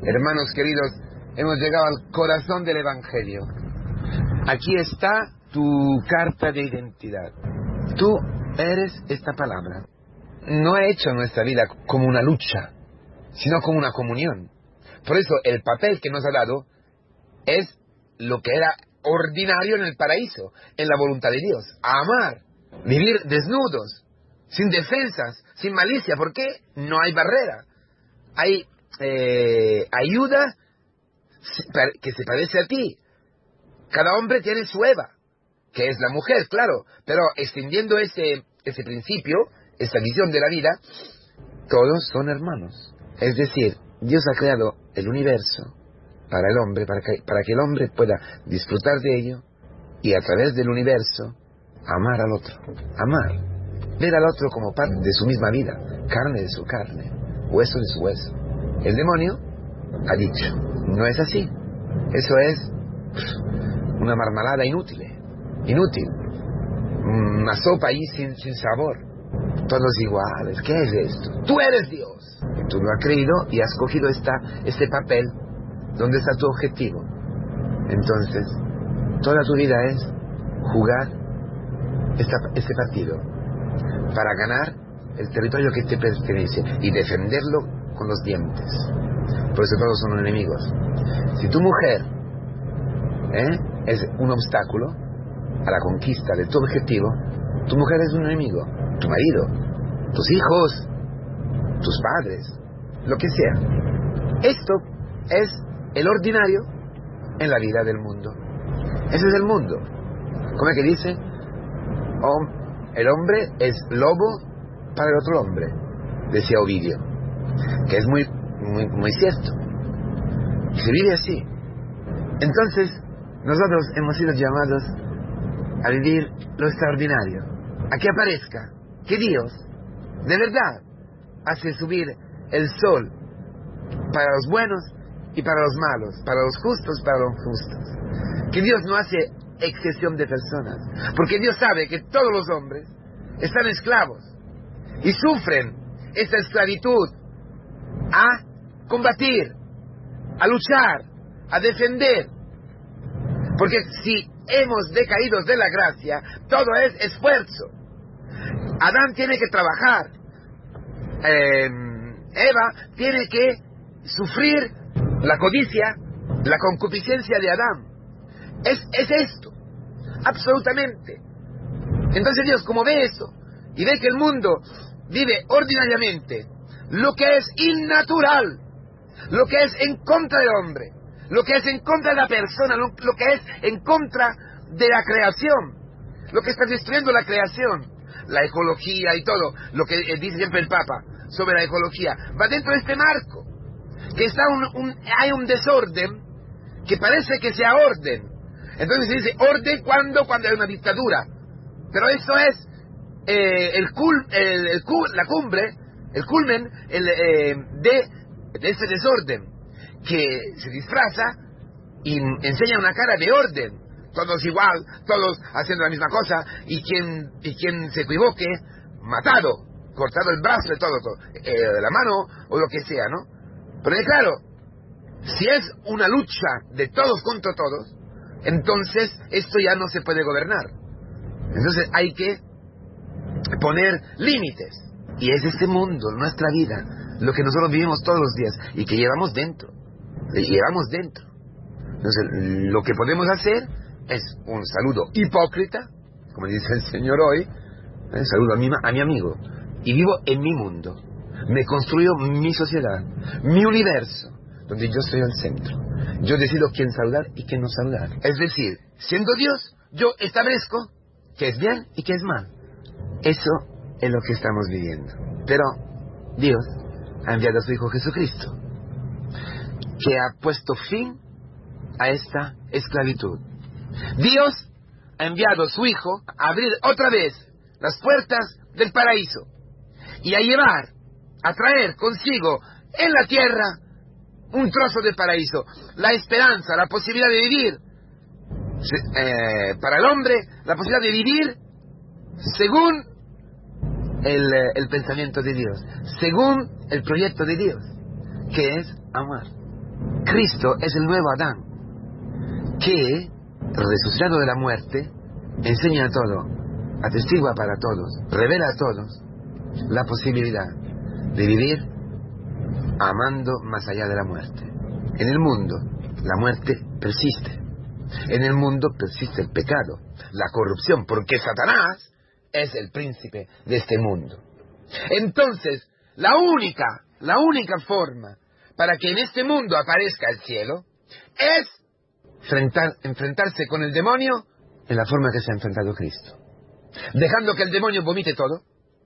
Hermanos queridos, hemos llegado al corazón del Evangelio. Aquí está tu carta de identidad. Tú eres esta palabra. No he hecho nuestra vida como una lucha, sino como una comunión. Por eso el papel que nos ha dado es lo que era ordinario en el paraíso, en la voluntad de Dios. Amar, vivir desnudos, sin defensas, sin malicia. ¿Por qué? No hay barrera. Hay ayuda que se parece a ti. Cada hombre tiene su Eva, que es la mujer, claro, pero extendiendo ese principio, esa visión de la vida, todos son hermanos. Es decir, Dios ha creado el universo para el hombre, para que el hombre pueda disfrutar de ello y a través del universo amar al otro, amar, ver al otro como parte de su misma vida, carne de su carne, hueso de su hueso. El demonio ha dicho, no es así, eso es una marmalada inútil, una sopa ahí sin sabor, todos iguales. ¿Qué es esto? Tú eres Dios, y tú lo has creído y has cogido este papel donde está tu objetivo. Entonces toda tu vida es jugar este partido para ganar el territorio que te pertenece y defenderlo con los dientes. Por eso todos son enemigos. Si tu mujer es un obstáculo a la conquista de tu objetivo, tu mujer es un enemigo. Tu marido, tus hijos, tus padres, lo que sea. Esto es el ordinario en la vida del mundo. Ese es el mundo. ¿Cómo es que dice? El hombre es lobo para el otro hombre, decía Ovidio, que es muy cierto. Se vive así. Entonces nosotros hemos sido llamados a vivir lo extraordinario, a que aparezca que Dios de verdad hace subir el sol para los buenos y para los malos, para los justos y para los injustos, que Dios no hace excepción de personas, porque Dios sabe que todos los hombres están esclavos y sufren esta esclavitud a combatir, a luchar, a defender. Porque si hemos decaído de la gracia, todo es esfuerzo. Adán tiene que trabajar, Eva tiene que sufrir la codicia, la concupiscencia de Adán. Es esto, absolutamente. Entonces Dios, como ve eso y ve que el mundo vive ordinariamente lo que es innatural, lo que es en contra del hombre, lo que es en contra de la persona, lo que es en contra de la creación, lo que está destruyendo la creación, la ecología y todo, lo que dice siempre el Papa sobre la ecología, va dentro de este marco, que está hay un desorden que parece que sea orden. Entonces se dice orden cuando hay una dictadura, pero esto es la cumbre, el culmen de este desorden, que se disfraza y enseña una cara de orden, todos igual, todos haciendo la misma cosa, y quien se equivoque, matado, cortado el brazo y todo, la mano o lo que sea, ¿no? Pero claro, si es una lucha de todos contra todos, entonces esto ya no se puede gobernar. Entonces hay que poner límites, y es este mundo, nuestra vida, lo que nosotros vivimos todos los días y que llevamos dentro. Entonces lo que podemos hacer es un saludo hipócrita, como dice el Señor hoy, saludo a mi amigo, y vivo en mi mundo, me construyo mi sociedad, mi universo, donde yo soy el centro. Yo decido quién saludar y quién no saludar. Es decir, siendo Dios, yo establezco qué es bien y qué es mal. Eso es lo que estamos viviendo. Pero Dios ha enviado a su Hijo Jesucristo, que ha puesto fin a esta esclavitud. Dios ha enviado a su Hijo a abrir otra vez las puertas del paraíso y a traer consigo en la tierra un trozo de paraíso, la esperanza, la posibilidad de vivir, para el hombre, la posibilidad de vivir según el pensamiento de Dios, según el proyecto de Dios, que es amar. Cristo es el nuevo Adán, que, resucitado de la muerte, enseña a todo, atestigua para todos, revela a todos la posibilidad de vivir amando más allá de la muerte. En el mundo, la muerte persiste. En el mundo persiste el pecado, la corrupción, porque Satanás es el príncipe de este mundo. Entonces, la única forma para que en este mundo aparezca el cielo es enfrentarse con el demonio en la forma que se ha enfrentado Cristo, dejando que el demonio vomite todo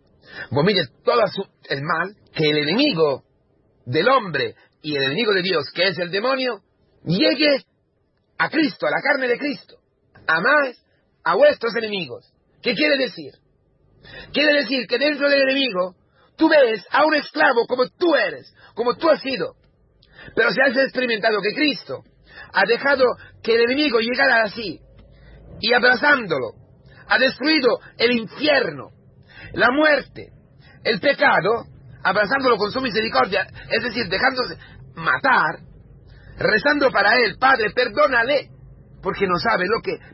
el mal, que el enemigo del hombre y el enemigo de Dios, que es el demonio, llegue a Cristo, a la carne de Cristo. Amad a vuestros enemigos. ¿Qué quiere decir? Quiere decir que dentro del enemigo tú ves a un esclavo como tú eres, como tú has sido. Pero si has experimentado que Cristo ha dejado que el enemigo llegara así, y abrazándolo, ha destruido el infierno, la muerte, el pecado, abrazándolo con su misericordia, es decir, dejándose matar, rezando para él: Padre, perdónale, porque no saben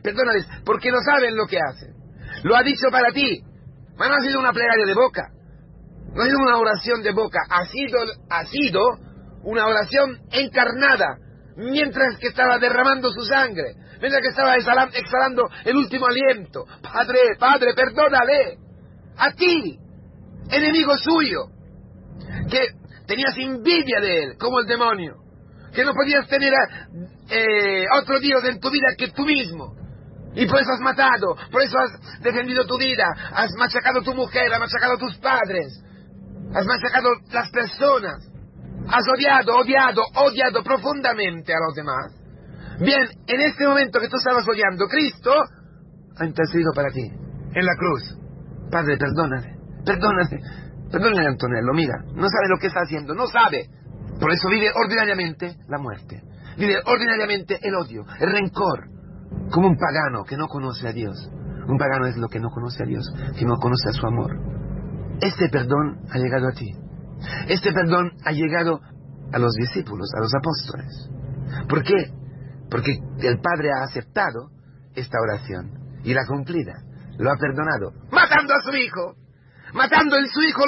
lo que hacen. Lo ha dicho para ti, no ha sido una plegaria de boca, no ha sido una oración de boca, ha sido una oración encarnada, mientras que estaba derramando su sangre, mientras que estaba exhalando el último aliento. Padre, perdónale, a ti, enemigo suyo, que tenías envidia de él, como el demonio, que no podías tener otro Dios en tu vida que tú mismo, y por eso has matado, por eso has defendido tu vida, has machacado a tu mujer, has machacado a tus padres, has machacado las personas, has odiado profundamente a los demás. Bien, en este momento que tú estabas odiando, Cristo ha intercedido para ti en la cruz. Padre, perdónale a Antonello, mira, no sabe lo que está haciendo, no sabe. Por eso vive ordinariamente la muerte, vive ordinariamente el odio, el rencor, como un pagano que no conoce a Dios. Un pagano es lo que no conoce a Dios, que no conoce a su amor. Este perdón ha llegado a ti. Este perdón ha llegado a los discípulos, a los apóstoles. ¿Por qué? Porque el Padre ha aceptado esta oración y la ha cumplida. Lo ha perdonado, matando a su Hijo, matando en su Hijo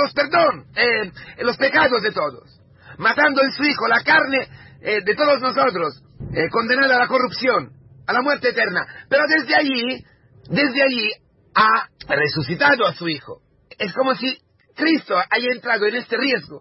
los pecados de todos, matando en su Hijo la carne de todos nosotros, condenada a la corrupción, a la muerte eterna. Pero desde allí ha resucitado a su Hijo. Es como si Cristo haya entrado en este riesgo,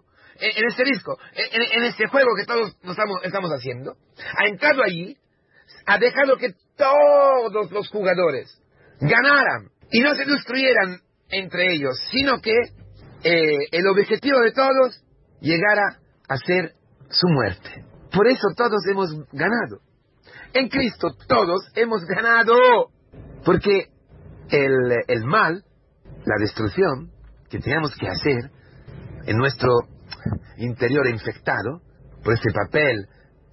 en este juego que todos estamos haciendo. Ha entrado allí, ha dejado que todos los jugadores ganaran y no se destruyeran entre ellos, sino que el objetivo de todos llegara a ser su muerte. Por eso todos hemos ganado. En Cristo todos hemos ganado. Porque el mal, la destrucción que teníamos que hacer en nuestro interior infectado por este papel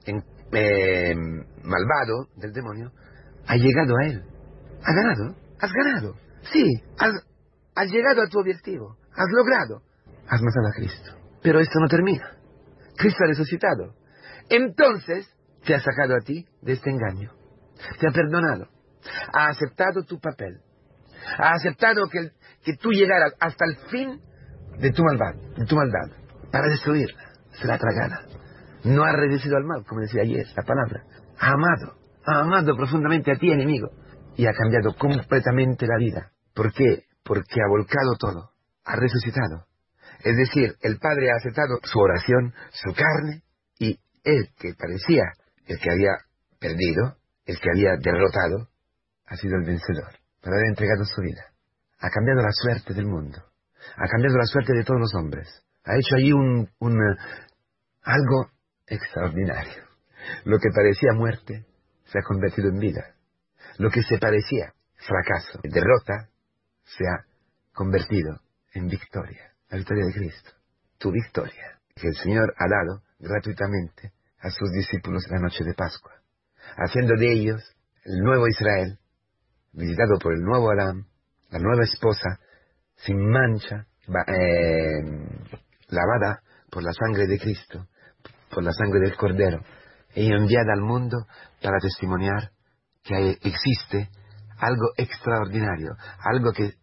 malvado del demonio, ha llegado a él. Ha ganado. Has ganado. Sí, has llegado a tu objetivo. Has logrado. Has matado a Cristo. Pero esto no termina. Cristo ha resucitado. Entonces te ha sacado a ti de este engaño. Te ha perdonado. Ha aceptado tu papel. Ha aceptado que tú llegaras hasta el fin de tu maldad, para destruirla, será tragada. No ha reducido al mal, como decía ayer la palabra. Ha amado profundamente a ti, enemigo, y ha cambiado completamente la vida. ¿Por qué? Porque ha volcado todo, ha resucitado. Es decir, el Padre ha aceptado su oración, su carne, y él, que parecía el que había perdido, el que había derrotado, ha sido el vencedor, para haber entregado su vida. Ha cambiado la suerte del mundo, ha cambiado la suerte de todos los hombres, ha hecho allí algo extraordinario. Lo que parecía muerte se ha convertido en vida. Lo que se parecía fracaso, derrota, se ha convertido en victoria. La victoria de Cristo, tu victoria, que el Señor ha dado gratuitamente a sus discípulos la noche de Pascua, haciendo de ellos el nuevo Israel, visitado por el nuevo Adán, la nueva esposa, sin mancha, lavada por la sangre de Cristo, por la sangre del Cordero, y enviada al mundo para testimoniar que existe algo extraordinario, algo que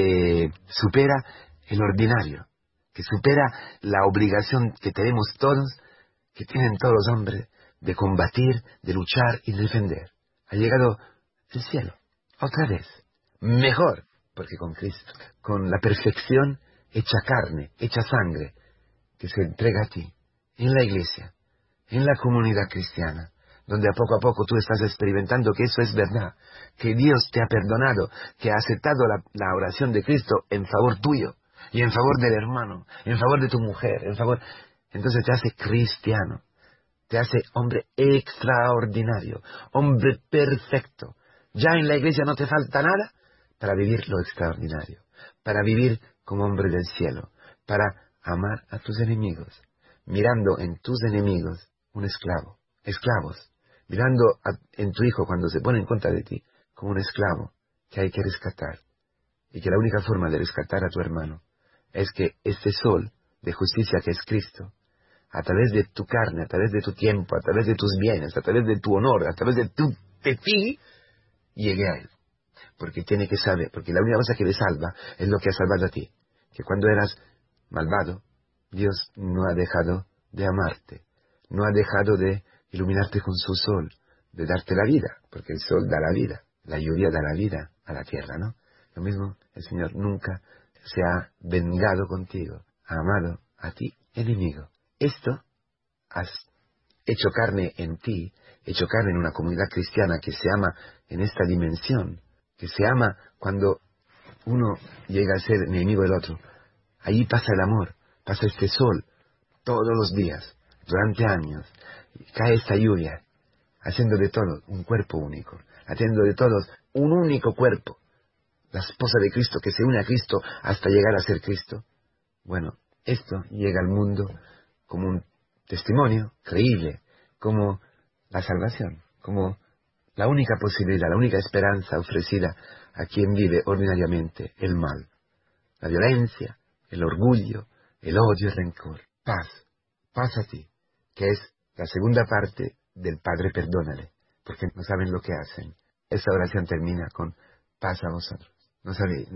supera el ordinario, que supera la obligación que tenemos todos, que tienen todos los hombres, de combatir, de luchar y de defender. Ha llegado el cielo, otra vez, mejor, porque con Cristo, con la perfección hecha carne, hecha sangre, que se entrega a ti, en la iglesia, en la comunidad cristiana, donde a poco tú estás experimentando que eso es verdad, que Dios te ha perdonado, que ha aceptado la oración de Cristo en favor tuyo, y en favor del hermano, en favor de tu mujer, en favor... Entonces te hace cristiano, te hace hombre extraordinario, hombre perfecto. Ya en la iglesia no te falta nada para vivir lo extraordinario, para vivir como hombre del cielo, para amar a tus enemigos, mirando en tus enemigos un esclavo, esclavos, mirando en tu hijo cuando se pone en contra de ti como un esclavo que hay que rescatar, y que la única forma de rescatar a tu hermano es que este sol de justicia que es Cristo, a través de tu carne, a través de tu tiempo, a través de tus bienes, a través de tu honor, a través de ti, llegue a Él. Porque tiene que saber, porque la única cosa que le salva es lo que ha salvado a ti. Que cuando eras malvado, Dios no ha dejado de amarte, no ha dejado de iluminarte con su sol, de darte la vida, porque el sol da la vida, la lluvia da la vida a la tierra, ¿no? Lo mismo, el Señor nunca se ha vengado contigo, ha amado a ti, enemigo. Esto has hecho carne en ti, hecho carne en una comunidad cristiana que se ama en esta dimensión, que se ama cuando uno llega a ser enemigo del otro. Allí pasa el amor, pasa este sol, todos los días, durante años, cae esta lluvia, haciendo de todos un cuerpo único, haciendo de todos un único cuerpo. La esposa de Cristo que se une a Cristo hasta llegar a ser Cristo. Bueno, esto llega al mundo como un testimonio creíble, como la salvación, como la única posibilidad, la única esperanza ofrecida a quien vive ordinariamente el mal, la violencia, el orgullo, el odio, el rencor. Paz, paz a ti, que es la segunda parte del Padre perdónale, porque no saben lo que hacen. Esta oración termina con paz a vosotros. No sabéis,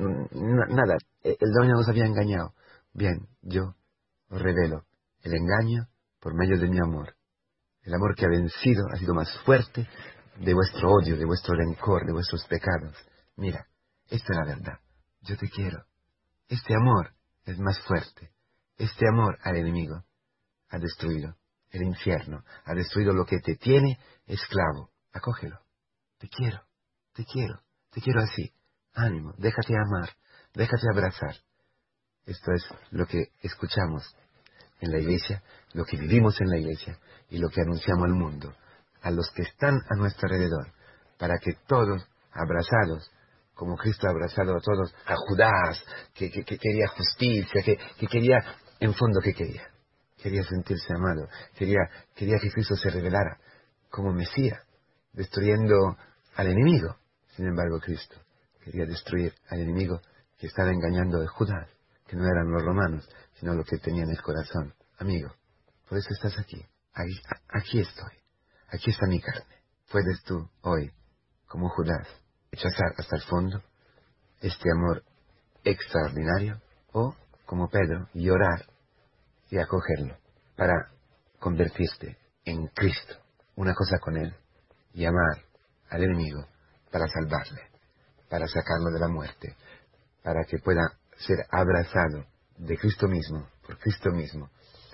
nada, el demonio nos había engañado. Bien, yo os revelo el engaño por medio de mi amor. El amor que ha vencido ha sido más fuerte de vuestro odio, de vuestro rencor, de vuestros pecados. Mira, esta es la verdad. Yo te quiero. Este amor es más fuerte. Este amor al enemigo ha destruido el infierno, ha destruido lo que te tiene esclavo. Acógelo. Te quiero, te quiero, te quiero así. Ánimo, déjate amar, déjate abrazar. Esto es lo que escuchamos en la iglesia, lo que vivimos en la iglesia y lo que anunciamos al mundo, a los que están a nuestro alrededor, para que todos, abrazados, como Cristo ha abrazado a todos, a Judas, que quería justicia, que quería, en fondo, ¿qué quería? Quería sentirse amado, quería que Cristo se revelara como Mesías, destruyendo al enemigo. Sin embargo, Cristo quería destruir al enemigo que estaba engañando a Judas, que no eran los romanos, sino lo que tenía en el corazón. Amigo, por eso estás aquí. Aquí estoy. Aquí está mi carne. ¿Puedes tú, hoy, como Judas, rechazar hasta el fondo este amor extraordinario? O, como Pedro, llorar y acogerlo para convertirte en Cristo, una cosa con Él, y amar al enemigo para salvarle, para sacarlo de la muerte, para que pueda ser abrazado de Cristo mismo, por Cristo mismo,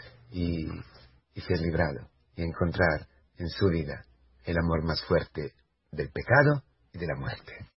y ser librado, y encontrar en su vida el amor más fuerte del pecado y de la muerte.